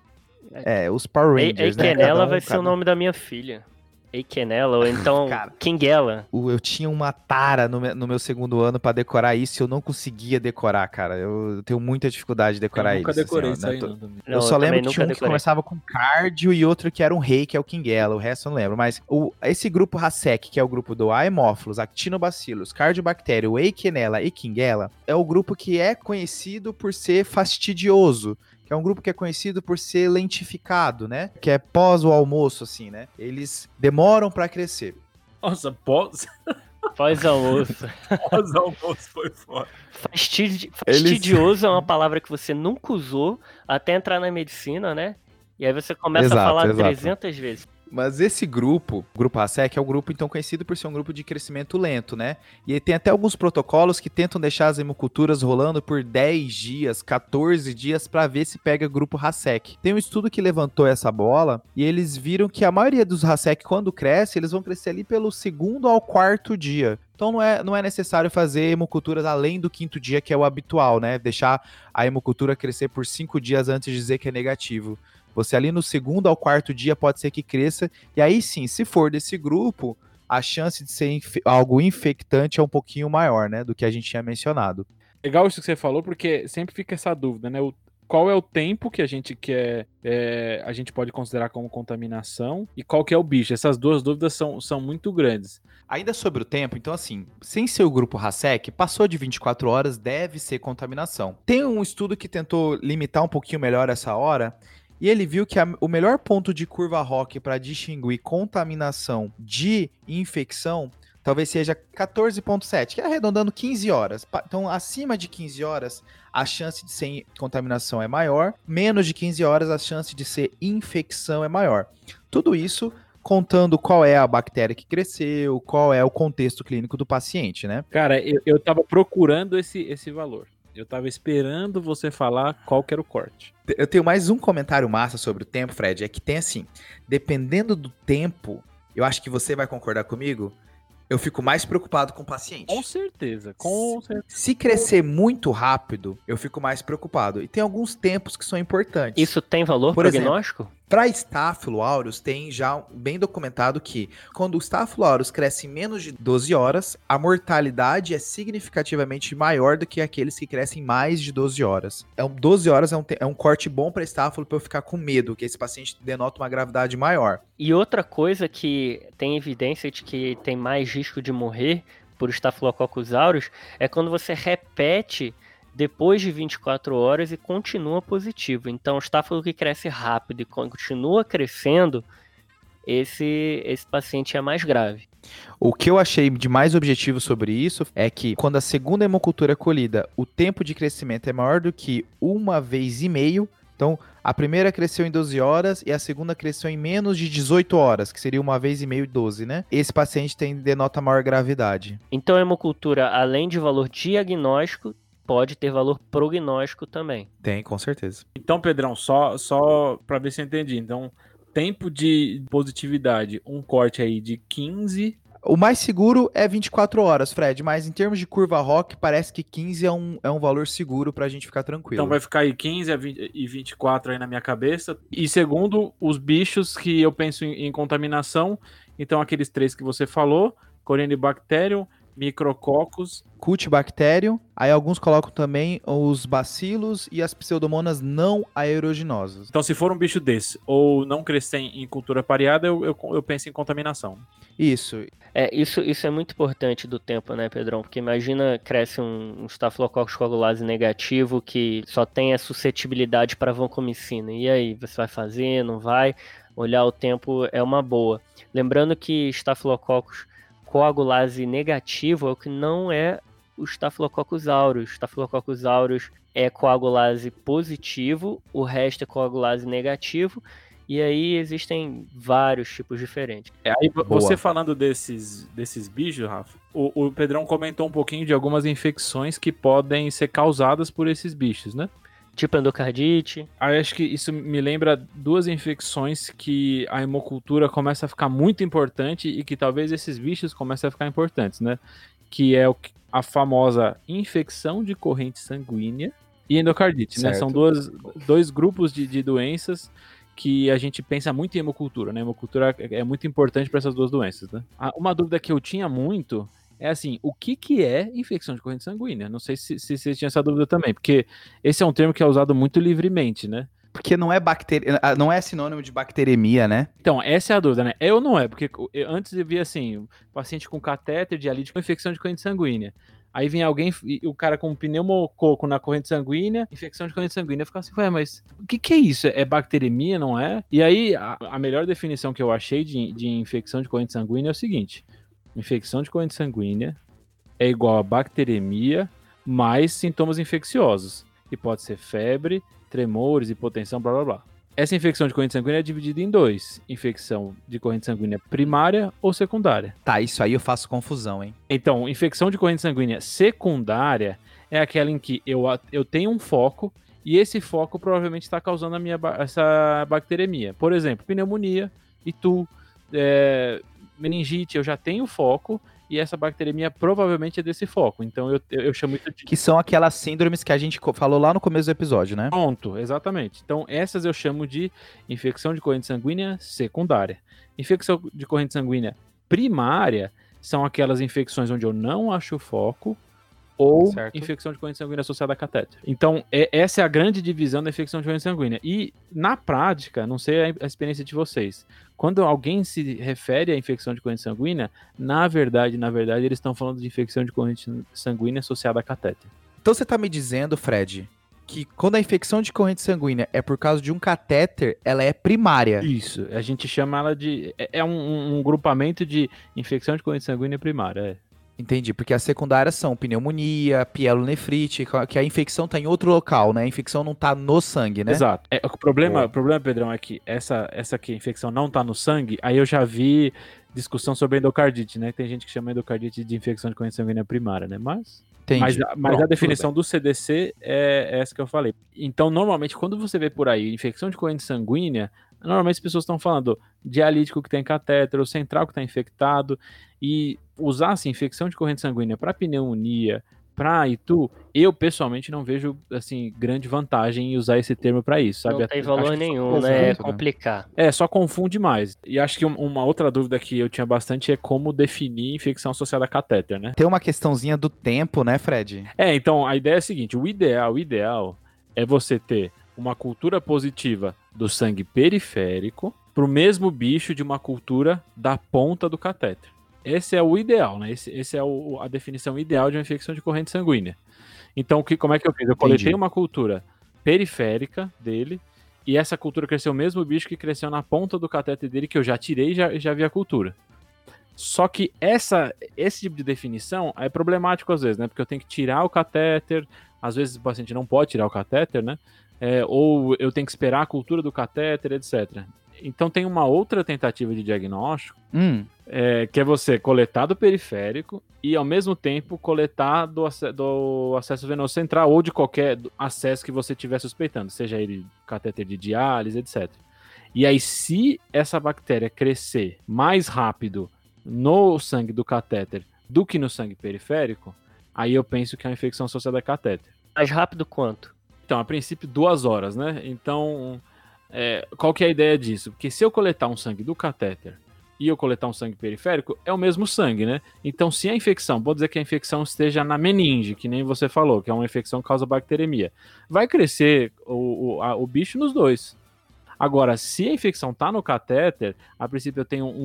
Os Power Rangers, né? Eikenella vai ser o nome da minha filha. Eikenella, ou então Kingella. Eu tinha uma tara no meu segundo ano pra decorar isso e eu não conseguia decorar, cara. Eu tenho muita dificuldade de decorar isso. Eu nunca decorei isso aí, não. Eu só lembro que tinha um que começava com cardio e outro que era um rei, que é o Kingella. O resto eu não lembro. Mas esse grupo Hasek, que é o grupo do Haemophilus, Actinobacillus, Cardiobacterium, Eikenella e Kingella, é o grupo que é conhecido por ser fastidioso. Que é um grupo que é conhecido por ser lentificado, né? Que é pós o almoço, assim, né? Eles demoram pra crescer. Nossa, pós... Pós-almoço. Pós-almoço foi foda. Fastidioso é uma palavra que você nunca usou até entrar na medicina, né? E aí você começa a falar 300 vezes. Mas esse grupo, o grupo Hasek, é o grupo então conhecido por ser um grupo de crescimento lento, né? E tem até alguns protocolos que tentam deixar as hemoculturas rolando por 10 dias, 14 dias para ver se pega o grupo Hasek. Tem um estudo que levantou essa bola e eles viram que a maioria dos Hasek, quando cresce, eles vão crescer ali pelo 2º ao 4º dia. Então não é necessário fazer hemoculturas além do 5º dia, que é o habitual, né? Deixar a hemocultura crescer por 5 dias antes de dizer que é negativo. Você ali no segundo ao quarto dia pode ser que cresça, e aí sim, se for desse grupo, a chance de ser algo infectante é um pouquinho maior, né, do que a gente tinha mencionado. Legal isso que você falou, porque sempre fica essa dúvida, né? Qual é o tempo que a gente quer, a gente pode considerar como contaminação e qual que é o bicho? Essas duas dúvidas são muito grandes. Ainda sobre o tempo, então assim, sem ser o grupo RASEC, passou de 24 horas, deve ser contaminação. Tem um estudo que tentou limitar um pouquinho melhor essa hora, e ele viu que o melhor ponto de curva ROC para distinguir contaminação de infecção talvez seja 14,7, que é arredondando 15 horas. Então, acima de 15 horas, a chance de ser contaminação é maior, menos de 15 horas, a chance de ser infecção é maior. Tudo isso contando qual é a bactéria que cresceu, qual é o contexto clínico do paciente, né? Cara, eu tava procurando esse valor. Eu tava esperando você falar qual que era o corte. Eu tenho mais um comentário massa sobre o tempo, Fred, é que tem assim, dependendo do tempo, eu acho que você vai concordar comigo, eu fico mais preocupado com o paciente. Com certeza, com certeza. Se crescer muito rápido, eu fico mais preocupado. E tem alguns tempos que são importantes. Isso tem valor prognóstico? Para Staphylo aureus, tem já bem documentado que quando o Staphylo aureus cresce em menos de 12 horas, a mortalidade é significativamente maior do que aqueles que crescem mais de 12 horas. 12 horas é um corte bom para Staphylo para eu ficar com medo, que esse paciente denota uma gravidade maior. E outra coisa que tem evidência de que tem mais risco de morrer por Staphylococcus aureus é quando você repete depois de 24 horas e continua positivo. Então, o estáfilo que cresce rápido e continua crescendo, esse paciente é mais grave. O que eu achei de mais objetivo sobre isso é que quando a segunda hemocultura é colhida, o tempo de crescimento é maior do que 1,5 vezes. Então, a primeira cresceu em 12 horas e a segunda cresceu em menos de 18 horas, que seria 1,5 vezes 12, né? Esse paciente denota maior gravidade. Então, a hemocultura, além de valor diagnóstico, pode ter valor prognóstico também. Tem, com certeza. Então, Pedrão, só para ver se eu entendi. Então, tempo de positividade, um corte aí de 15... O mais seguro é 24 horas, Fred, mas em termos de curva ROC, parece que 15 é um valor seguro pra gente ficar tranquilo. Então vai ficar aí 15 e 24 aí na minha cabeça. E segundo os bichos que eu penso em contaminação, então aqueles 3 que você falou, Corynebacterium, Micrococcus, Cutibacterium, aí alguns colocam também os bacilos e as pseudomonas não aeruginosas. Então se for um bicho desse ou não crescer em cultura pareada, eu penso em contaminação. Isso. Isso é muito importante do tempo, né, Pedrão? Porque imagina, cresce um Staphylococcus coagulase negativo que só tem a suscetibilidade para vancomicina. E aí, você vai fazer, não vai? Olhar o tempo é uma boa. Lembrando que Staphylococcus coagulase negativo é o que não é o Staphylococcus aureus. Staphylococcus aureus é coagulase positivo, o resto é coagulase negativo. E aí existem vários tipos diferentes. Aí você falando desses bichos, Rafa, o Pedrão comentou um pouquinho de algumas infecções que podem ser causadas por esses bichos, né? Tipo endocardite. Aí acho que isso me lembra 2 infecções que a hemocultura começa a ficar muito importante e que talvez esses bichos comecem a ficar importantes, né? Que é a famosa infecção de corrente sanguínea e endocardite, né? São dois grupos de doenças que a gente pensa muito em hemocultura, né? Hemocultura é muito importante para essas 2 doenças, né? Uma dúvida que eu tinha muito é assim, o que é infecção de corrente sanguínea? Não sei se você tinha essa dúvida também, porque esse é um termo que é usado muito livremente, né? Porque não é sinônimo de bacteremia, né? Então, essa é a dúvida, né? É ou não é? Porque antes eu via assim, paciente com catéter, dialítico, com infecção de corrente sanguínea. Aí vinha alguém, o cara com pneumococo na corrente sanguínea, infecção de corrente sanguínea. Eu ficava assim, ué, mas o que é isso? É bacteremia, não é? E aí, a melhor definição que eu achei de infecção de corrente sanguínea é o seguinte: infecção de corrente sanguínea é igual a bacteremia mais sintomas infecciosos, que pode ser febre, tremores, hipotensão, blá blá blá. Essa infecção de corrente sanguínea é dividida em 2. Infecção de corrente sanguínea primária ou secundária. Tá, isso aí eu faço confusão, hein? Então, infecção de corrente sanguínea secundária é aquela em que eu tenho um foco e esse foco provavelmente está causando essa bacteremia. Por exemplo, pneumonia, itu, meningite, eu já tenho foco, e essa bacteremia provavelmente é desse foco. Então eu chamo isso de... Que são aquelas síndromes que a gente falou lá no começo do episódio, né? Pronto, exatamente. Então essas eu chamo de infecção de corrente sanguínea secundária. Infecção de corrente sanguínea primária são aquelas infecções onde eu não acho foco, ou Certo. infecção de corrente sanguínea associada a catéter. Então, essa é a grande divisão da infecção de corrente sanguínea. E, na prática, não sei a experiência de vocês, quando alguém se refere à infecção de corrente sanguínea, na verdade, eles estão falando de infecção de corrente sanguínea associada a catéter. Então você tá me dizendo, Fred, que quando a infecção de corrente sanguínea é por causa de um catéter, ela é primária. Isso, a gente chama ela de... É um grupamento de infecção de corrente sanguínea primária, Entendi, porque as secundárias são pneumonia, pielonefrite, que a infecção tá em outro local, né? A infecção não tá no sangue, né? Exato. O problema, Pedrão, é que essa aqui, a infecção não tá no sangue, aí eu já vi discussão sobre endocardite, né? Tem gente que chama endocardite de infecção de corrente sanguínea primária, né? Mas Entendi. Pronto, a definição do CDC é essa que eu falei. Então, normalmente, quando você vê por aí infecção de corrente sanguínea, normalmente as pessoas estão falando dialítico que tem catéter, ou central que está infectado, e usar assim, infecção de corrente sanguínea para pneumonia, para itu, eu pessoalmente não vejo assim grande vantagem em usar esse termo para isso, sabe? Não tem Acho valor que nenhum, né? É complicar. só confunde mais. E acho que uma outra dúvida que eu tinha bastante é como definir infecção associada a catéter, né? Tem uma questãozinha do tempo, né, Fred? Então a ideia é a seguinte, o ideal é você ter uma cultura positiva do sangue periférico pro mesmo bicho de uma cultura da ponta do catéter. Esse é o ideal, né? Esse é a definição ideal de uma infecção de corrente sanguínea. Então, como é que eu fiz? Eu coletei uma cultura periférica dele, e essa cultura cresceu o mesmo bicho que cresceu na ponta do catéter dele, que eu já tirei e já vi a cultura. Só que esse tipo de definição é problemático às vezes, né? Porque eu tenho que tirar o catéter, às vezes o paciente não pode tirar o catéter, né? Ou eu tenho que esperar a cultura do catéter, etc. Então tem uma outra tentativa de diagnóstico, que é você coletar do periférico e ao mesmo tempo coletar do acesso venoso central ou de qualquer acesso que você estiver suspeitando, seja ele catéter de diálise, etc. E aí, se essa bactéria crescer mais rápido no sangue do catéter do que no sangue periférico, aí eu penso que é uma infecção associada a catéter. Mais rápido quanto? Então, a princípio, 2 horas, né? Então, qual que é a ideia disso? Porque se eu coletar um sangue do catéter e eu coletar um sangue periférico, é o mesmo sangue, né? Então, se a infecção, vou dizer que a infecção esteja na meninge, que nem você falou, que é uma infecção que causa bacteremia, vai crescer o bicho nos dois. Agora, se a infecção tá no catéter, a princípio eu tenho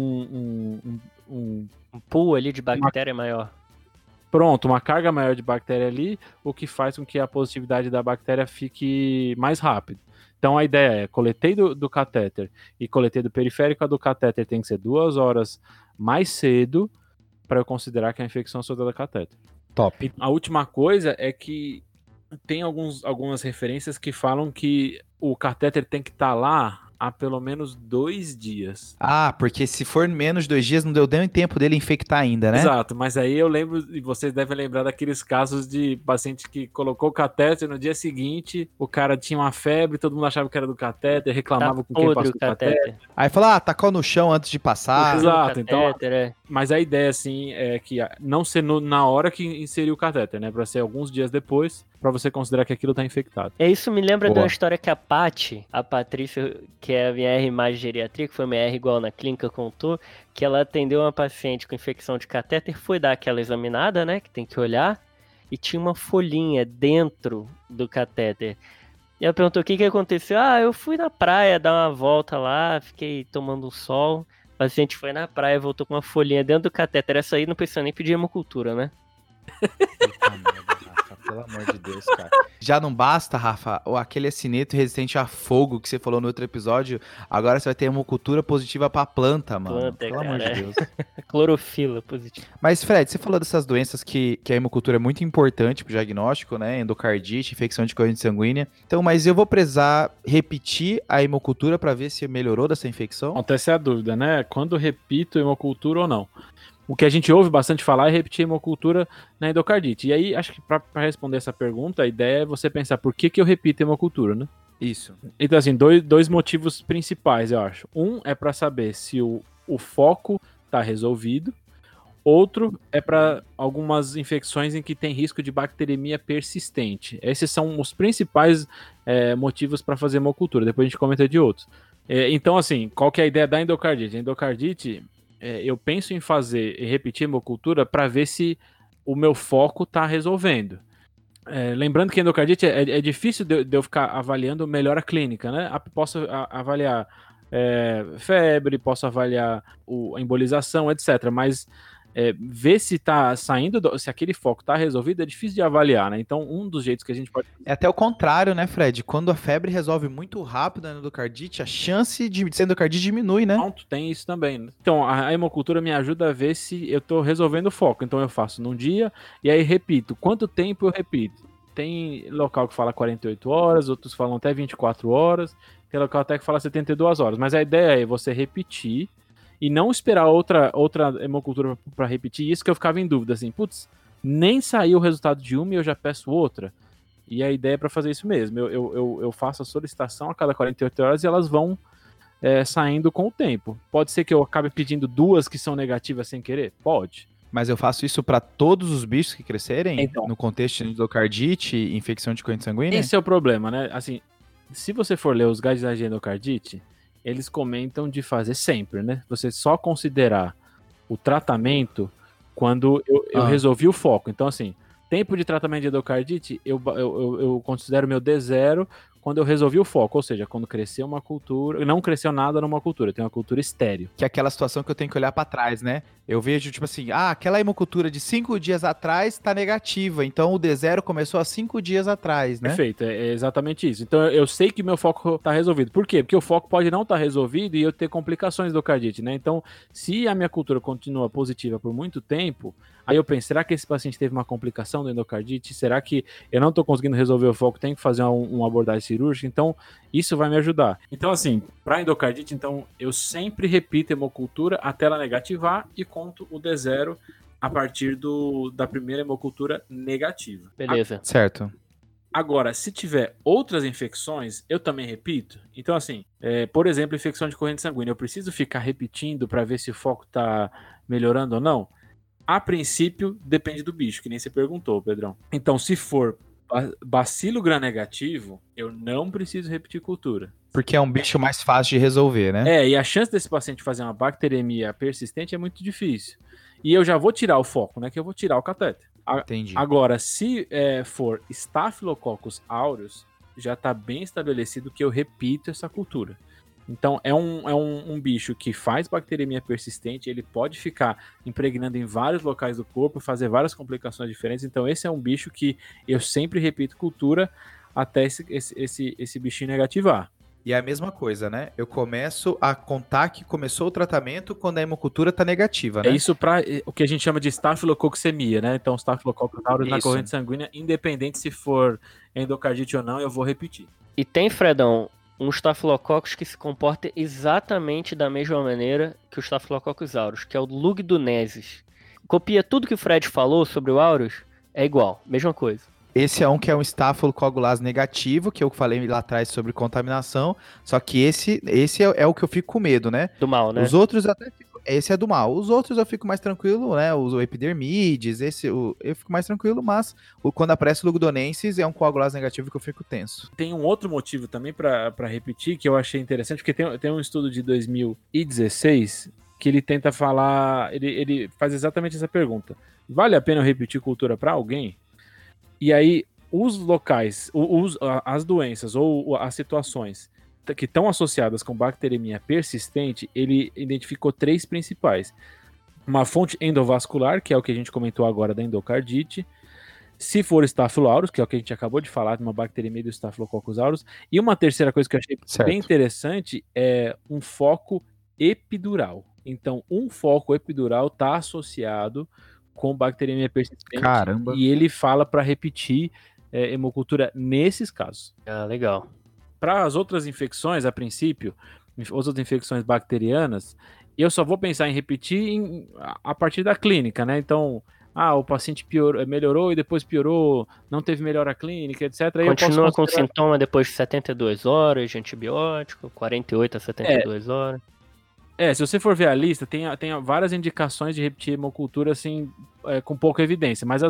um pool ali de bactéria maior. Pronto, uma carga maior de bactéria ali, o que faz com que a positividade da bactéria fique mais rápido. Então a ideia é, coletei do catéter e coletei do periférico, a do catéter tem que ser 2 horas mais cedo para eu considerar que é a infecção associada a catéter. Top. E a última coisa é que tem algumas referências que falam que o catéter tem que estar lá há pelo menos 2 dias. Ah, porque se for menos de 2 dias, não deu nem tempo dele infectar ainda, né? Exato, mas aí eu lembro, e vocês devem lembrar daqueles casos de paciente que colocou o catéter no dia seguinte, o cara tinha uma febre, todo mundo achava que era do catéter, reclamava com quem passou o catéter. Aí fala, tacou no chão antes de passar. Exato, então, mas a ideia, assim, é que não ser na hora que inseriu o catéter, né, pra ser alguns dias depois, pra você considerar que aquilo tá infectado. Isso me lembra de uma história que a Patrícia, que é a minha R mais geriatria, que foi minha R igual na clínica, contou, que ela atendeu uma paciente com infecção de catéter, foi dar aquela examinada, né, que tem que olhar, e tinha uma folhinha dentro do catéter. E ela perguntou o que aconteceu. Eu fui na praia dar uma volta lá, fiquei tomando um sol, o paciente foi na praia e voltou com uma folhinha dentro do catéter. Essa aí não precisa nem pedir hemocultura, né? Pelo amor de Deus, cara. Já não basta, Rafa, aquele acineto resistente a fogo que você falou no outro episódio, agora você vai ter hemocultura positiva pra planta, mano. Pelo amor de Deus. Clorofila positiva. Mas, Fred, você falou dessas doenças que a hemocultura é muito importante pro diagnóstico, né? Endocardite, infecção de corrente sanguínea. Então, mas eu vou precisar repetir a hemocultura pra ver se melhorou dessa infecção? Acontece a dúvida, né? Quando repito hemocultura ou não. O que a gente ouve bastante falar é repetir hemocultura na endocardite. E aí, acho que para responder essa pergunta, a ideia é você pensar por que eu repito hemocultura, né? Isso. Então, assim, dois motivos principais, eu acho. Um é para saber se o foco tá resolvido. Outro é para algumas infecções em que tem risco de bacteremia persistente. Esses são os principais motivos para fazer hemocultura. Depois a gente comenta de outros. Então, assim, qual que é a ideia da endocardite? A endocardite, eu penso em fazer e repetir hemocultura para ver se o meu foco está resolvendo. Lembrando que a endocardite é difícil de eu ficar avaliando melhora clínica, né? Posso avaliar febre, posso avaliar a embolização, etc. Mas ver se tá saindo, se aquele foco tá resolvido, é difícil de avaliar, né? Então, um dos jeitos que a gente pode... É até o contrário, né, Fred? Quando a febre resolve muito rápido a endocardite, a chance de ser endocardite diminui, né? Pronto, tem isso também, né? Então, a hemocultura me ajuda a ver se eu tô resolvendo o foco. Então, eu faço num dia e aí repito. Quanto tempo eu repito? Tem local que fala 48 horas, outros falam até 24 horas, tem local até que fala 72 horas. Mas a ideia é você repetir e não esperar outra hemocultura para repetir. Isso que eu ficava em dúvida, assim, putz, nem saiu o resultado de uma e eu já peço outra. E a ideia é para fazer isso mesmo. Eu faço a solicitação a cada 48 horas e elas vão saindo com o tempo. Pode ser que eu acabe pedindo 2 que são negativas sem querer? Pode. Mas eu faço isso para todos os bichos que crescerem? Então, no contexto de endocardite, infecção de corrente sanguínea? Esse é o problema, né? Assim, se você for ler os guides de endocardite, eles comentam de fazer sempre, né? Você só considerar o tratamento quando eu resolvi o foco. Então, assim, tempo de tratamento de endocardite, eu considero meu D0 quando eu resolvi o foco, ou seja, quando cresceu uma cultura, não cresceu nada numa cultura, tem uma cultura estéril. Que é aquela situação que eu tenho que olhar para trás, né? Eu vejo, tipo assim, aquela hemocultura de 5 dias atrás tá negativa, então o D0 começou há 5 dias atrás, né? Perfeito, é exatamente isso. Então eu sei que meu foco tá resolvido. Por quê? Porque o foco pode não estar resolvido e eu ter complicações do endocardite, né? Então, se a minha cultura continua positiva por muito tempo, aí eu penso, será que esse paciente teve uma complicação do endocardite? Será que eu não tô conseguindo resolver o foco, tenho que fazer uma abordagem cirúrgica? Então, isso vai me ajudar. Então, assim, para endocardite, então, eu sempre repito hemocultura até ela negativar e conto o D0 a partir da primeira hemocultura negativa. Beleza. Certo. Agora, se tiver outras infecções, eu também repito. Então, assim, por exemplo, infecção de corrente sanguínea, eu preciso ficar repetindo para ver se o foco está melhorando ou não? A princípio, depende do bicho, que nem você perguntou, Pedrão. Então, se for bacilo gram-negativo, eu não preciso repetir cultura. Porque é um bicho mais fácil de resolver, né? E a chance desse paciente fazer uma bacteremia persistente é muito difícil. E eu já vou tirar o foco, né? Que eu vou tirar o catéter. Entendi. Agora, se for Staphylococcus aureus, já está bem estabelecido que eu repito essa cultura. Então, é um bicho que faz bacteremia persistente, ele pode ficar impregnando em vários locais do corpo, fazer várias complicações diferentes. Então, esse é um bicho que eu sempre repito cultura até esse bichinho negativar. E é a mesma coisa, né? Eu começo a contar que começou o tratamento quando a hemocultura tá negativa, né? É isso para o que a gente chama de estafilococcemia, né? Então, Staphylococcus aureus na corrente sanguínea, independente se for endocardite ou não, eu vou repetir. E tem, Fredão, um Staphylococcus que se comporta exatamente da mesma maneira que o Staphylococcus aureus, que é o Lugdunensis. Copia tudo que o Fred falou sobre o aureus, é igual, mesma coisa. Esse é um que é um Staphylococcus negativo, que eu falei lá atrás sobre contaminação, só que esse é o que eu fico com medo, né? Do mal, né? Os outros até esse é do mal. Os outros eu fico mais tranquilo, né? O epidermides, eu fico mais tranquilo, mas quando aparece o Lugdunensis é um coagulase negativo que eu fico tenso. Tem um outro motivo também para repetir que eu achei interessante, porque tem um estudo de 2016 que ele tenta falar, ele faz exatamente essa pergunta: vale a pena eu repetir cultura para alguém? E aí, os locais, as doenças ou as situações que estão associadas com bacteremia persistente, ele identificou 3 principais. Uma fonte endovascular, que é o que a gente comentou agora da endocardite. Se for Staphylo aureus, que é o que a gente acabou de falar, de uma bacteremia do Staphylococcus aureus. E uma terceira coisa que eu achei bem interessante é um foco epidural. Então, um foco epidural está associado com bacteremia persistente. Caramba. E ele fala para repetir hemocultura nesses casos. Ah, legal. Para as outras infecções, a princípio, as outras infecções bacterianas, eu só vou pensar em repetir a partir da clínica, né? Então, o paciente melhorou e depois piorou, não teve melhora clínica, etc. Continua com sintoma depois de 72 horas de antibiótico, 48 a 72 horas. Se você for ver a lista, tem várias indicações de repetir hemocultura, assim, com pouca evidência, mas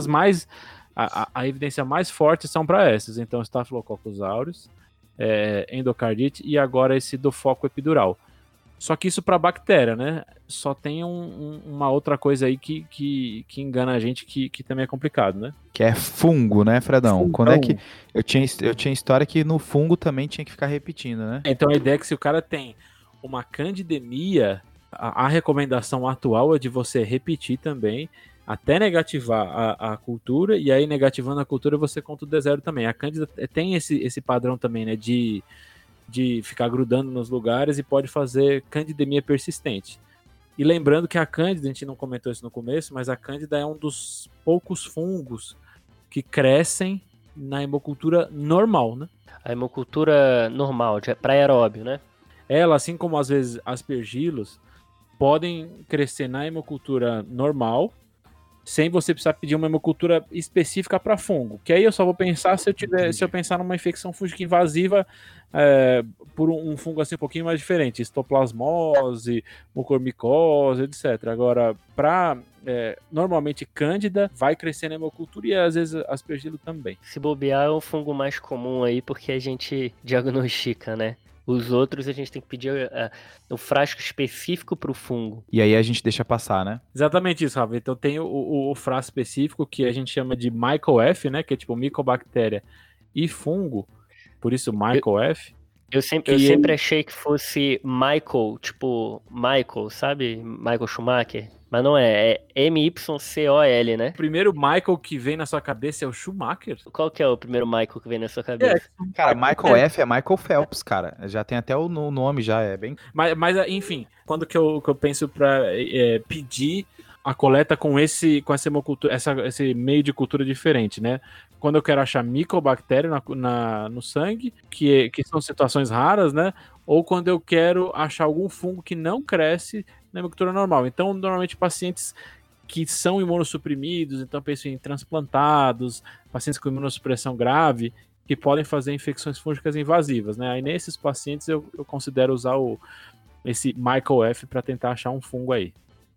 a evidência mais forte são para essas. Então, Staphylococcus aureus, endocardite e agora esse do foco epidural. Só que isso para bactéria, né? Só tem uma outra coisa aí que engana a gente, que também é complicado, né? Que é fungo, né, Fredão? Fungão. Quando é que... Eu tinha história que no fungo também tinha que ficar repetindo, né? Então a ideia é que se o cara tem uma candidemia, a recomendação atual é de você repetir também, até negativar a cultura, e aí negativando a cultura você conta o D0 também. A cândida tem esse padrão também, né, de ficar grudando nos lugares e pode fazer candidemia persistente. E lembrando que a cândida, a gente não comentou isso no começo, mas a cândida é um dos poucos fungos que crescem na hemocultura normal, né? A hemocultura normal, para aeróbio, né? Ela, assim como às vezes aspergilos, podem crescer na hemocultura normal, sem você precisar pedir uma hemocultura específica para fungo. Que aí eu só vou pensar se eu pensar numa infecção fúngica invasiva por um fungo assim um pouquinho mais diferente, histoplasmose, mucormicose, etc. Agora, normalmente cândida vai crescer na hemocultura e às vezes aspergilo também. Se bobear é o fungo mais comum aí, porque a gente diagnostica, né? Os outros a gente tem que pedir o frasco específico para o fungo. E aí a gente deixa passar, né? Exatamente isso, Rafa. Então tem o frasco específico que a gente chama de Michael F, né? Que é tipo micobactéria e fungo. Por isso Michael F. Eu sempre achei que fosse Michael, tipo Michael, sabe? Michael Schumacher. Mas não é MYCOL, né? O primeiro Michael que vem na sua cabeça é o Schumacher? Qual que é o primeiro Michael que vem na sua cabeça? Cara, Michael F é Michael Phelps, cara. Já tem até o nome, já é bem... Mas enfim, quando que eu penso pra pedir a coleta com essa hemocultura, esse meio de cultura diferente, né? Quando eu quero achar micobactéria no sangue, que são situações raras, né? Ou quando eu quero achar algum fungo que não cresce na hemocultura normal. Então, normalmente, pacientes que são imunossuprimidos, então penso em transplantados, pacientes com imunossupressão grave, que podem fazer infecções fúngicas invasivas, né? Aí nesses pacientes eu considero usar esse Michael F para tentar achar um fungo aí.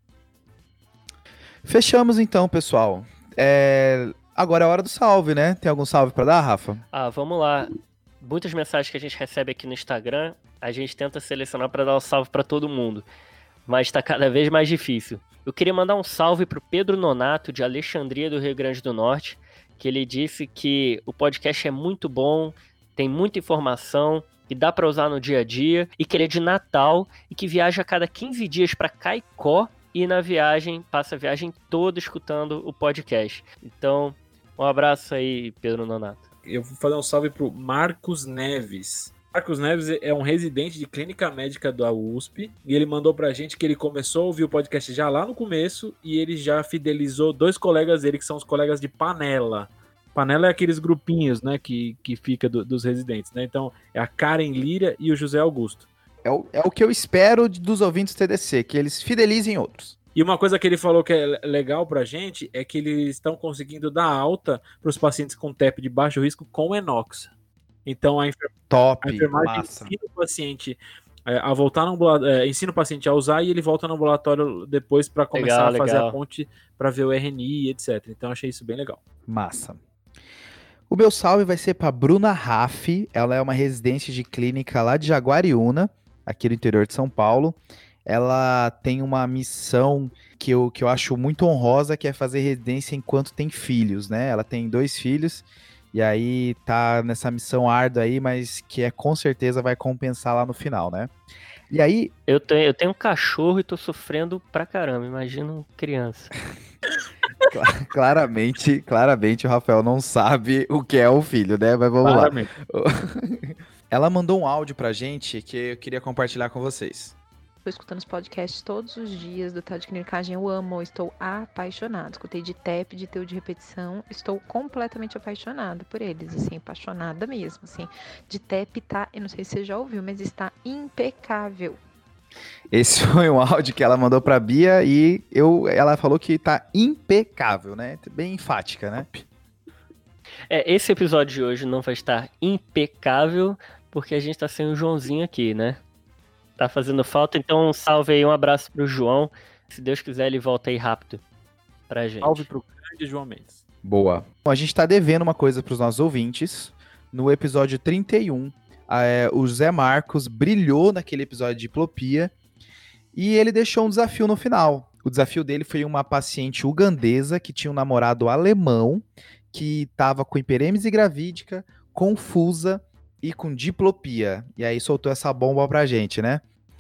Fechamos então, pessoal. Agora é a hora do salve, né? Tem algum salve para dar, Rafa? Vamos lá. Muitas mensagens que a gente recebe aqui no Instagram, a gente tenta selecionar para dar um salve para todo mundo, mas está cada vez mais difícil. Eu queria mandar um salve para o Pedro Nonato, de Alexandria, do Rio Grande do Norte, que ele disse que o podcast é muito bom, tem muita informação, que dá para usar no dia a dia, e que ele é de Natal e que viaja a cada 15 dias para Caicó e na viagem, passa a viagem toda escutando o podcast. Então, um abraço aí, Pedro Nonato. Eu vou fazer um salve pro Marcos Neves. Marcos Neves é um residente de clínica médica da USP e ele mandou pra gente que ele começou a ouvir o podcast já lá no começo e ele já fidelizou 2 colegas dele, que são os colegas de Panela. Panela é aqueles grupinhos, né, que fica dos residentes, né? Então, é a Karen Lira e o José Augusto. É o que eu espero dos ouvintes TDC, que eles fidelizem outros. E uma coisa que ele falou que é legal pra gente é que eles estão conseguindo dar alta para os pacientes com TEP de baixo risco com Enox. Então a enfermagem massa. ensina o paciente a voltar no ambulatório, ensina o paciente a usar e ele volta no ambulatório depois para começar a fazer a ponte para ver o RNI, etc. Então achei isso bem legal. Massa. O meu salve vai ser para Bruna Raff. Ela é uma residente de clínica lá de Jaguariúna, aqui no interior de São Paulo. Ela tem uma missão que eu acho muito honrosa, que é fazer residência enquanto tem filhos, né? Ela tem 2 filhos, e aí tá nessa missão árdua aí, mas que com certeza vai compensar lá no final, né? E aí... Eu tenho um cachorro e tô sofrendo pra caramba, imagina criança. Claramente o Rafael não sabe o que é o filho, né? Mas vamos lá. Ela mandou um áudio pra gente que eu queria compartilhar com vocês. Estou escutando os podcasts todos os dias do Tal de Clinicagem, eu amo, estou apaixonado. Escutei de TEP, de teu de repetição, estou completamente apaixonada por eles, assim, apaixonada mesmo, assim. De TEP tá, eu não sei se você já ouviu, mas está impecável. Esse foi um áudio que ela mandou pra Bia e ela falou que tá impecável, né? Bem enfática, né? Esse episódio de hoje não vai estar impecável porque a gente tá sem o Joãozinho aqui, né? Tá fazendo falta, então um salve aí, um abraço pro João. Se Deus quiser, ele volta aí rápido pra gente. Salve pro grande João Mendes. Boa. Bom, a gente tá devendo uma coisa pros nossos ouvintes. No episódio 31, o Zé Marcos brilhou naquele episódio de diplopia e ele deixou um desafio no final. O desafio dele foi uma paciente ugandesa que tinha um namorado alemão que tava com hiperêmese gravídica, confusa e com diplopia. E aí soltou essa bomba pra gente, né?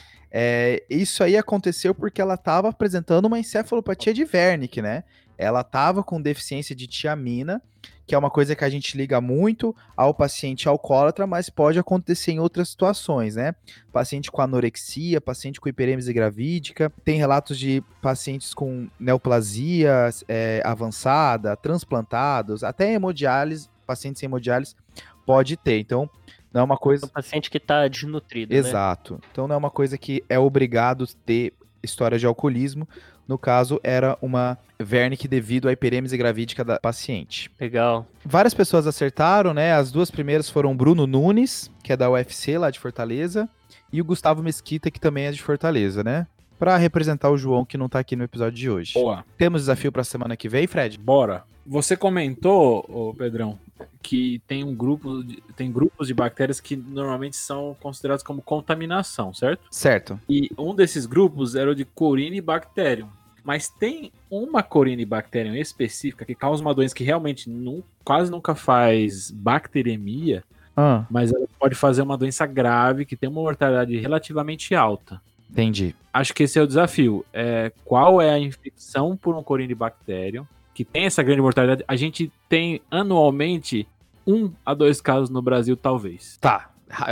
Isso aí aconteceu porque ela estava apresentando uma encefalopatia de Wernicke, né? Ela estava com deficiência de tiamina, que é uma coisa que a gente liga muito ao paciente alcoólatra, mas pode acontecer em outras situações, né? Paciente com anorexia, paciente com hiperêmese gravídica, tem relatos de pacientes com neoplasia avançada, transplantados, até hemodiálise, pacientes em hemodiálise pode ter. Então, não é uma coisa... Um paciente que tá desnutrido, Exato. Então não é uma coisa que é obrigado a ter história de alcoolismo. No caso, era uma Wernicke devido à hiperêmese gravídica da paciente. Legal. Várias pessoas acertaram, né? As duas primeiras foram o Bruno Nunes, que é da UFC, lá de Fortaleza, e o Gustavo Mesquita, que também é de Fortaleza, né? Pra representar o João, que não tá aqui no episódio de hoje. Boa. Temos desafio pra semana que vem, Fred? Bora. Você comentou, ô Pedrão, que tem grupos de bactérias que normalmente são considerados como contaminação, certo? Certo. E um desses grupos era o de Corynebacterium. Mas tem uma Corynebacterium específica que causa uma doença que realmente quase nunca faz bacteremia, mas ela pode fazer uma doença grave que tem uma mortalidade relativamente alta. Entendi. Acho que esse é o desafio. Qual é a infecção por um Corynebacterium que tem essa grande mortalidade? A gente tem anualmente 1 a 2 casos no Brasil, talvez. Tá.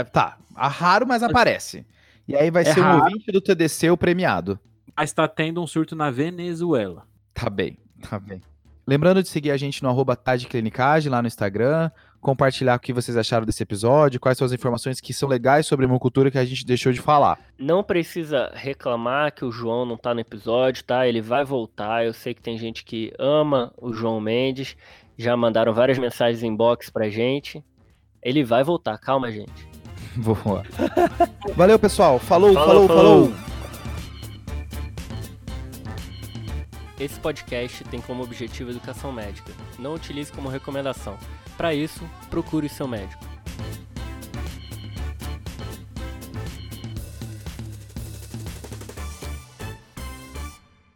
Raro, mas aparece. E aí vai ser um raro. ouvinte do TDC o premiado. Mas tá tendo um surto na Venezuela. Tá bem. Lembrando de seguir a gente no @tadclinicagem lá no Instagram, compartilhar o que vocês acharam desse episódio, quais são as informações que são legais sobre a hemocultura que a gente deixou de falar. Não precisa reclamar que o João não tá no episódio, tá? Ele vai voltar. Eu sei que tem gente que ama o João Mendes. Já mandaram várias mensagens inbox pra gente. Ele vai voltar, calma, gente. Boa. Valeu, pessoal. Falou. Esse podcast tem como objetivo educação médica. Não utilize como recomendação. Para isso, procure o seu médico.